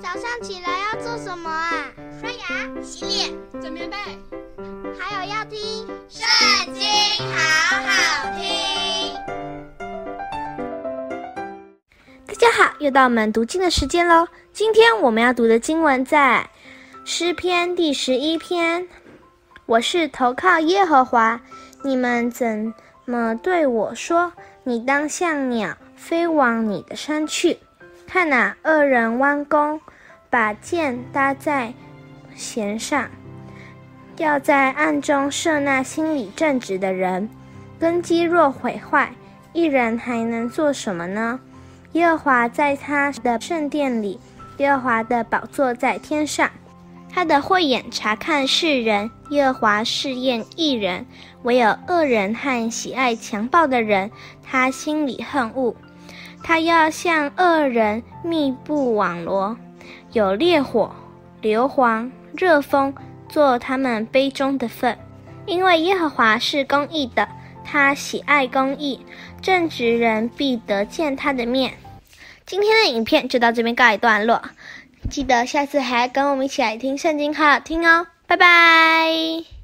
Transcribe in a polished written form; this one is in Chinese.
早上起来要做什么啊？ 刷牙、洗脸、 整棉被， 还有要听《 圣经》，好好听。 大家好，又到我们读经的时间咯。今天我们要读的经文在诗篇第11篇。我是投靠耶和华，你们怎么对我说？你当像鸟飞往你的山去。看哪，恶人弯弓，把箭搭在弦上，要在暗中射那心里正直的人。根基若毁坏，一人还能做什么呢？耶和华在他的圣殿里，耶和华的宝座在天上。他的慧眼察看世人，耶和华试验义人。唯有恶人和喜爱强暴的人，他心里恨恶。他要向恶人密布网罗，有烈火、硫磺、热风做他们杯中的分。因为耶和华是公义的，他喜爱公义，正直人必得见他的面。今天的影片就到这边告一段落，记得下次还要跟我们一起来听圣经，好好听哦，拜拜。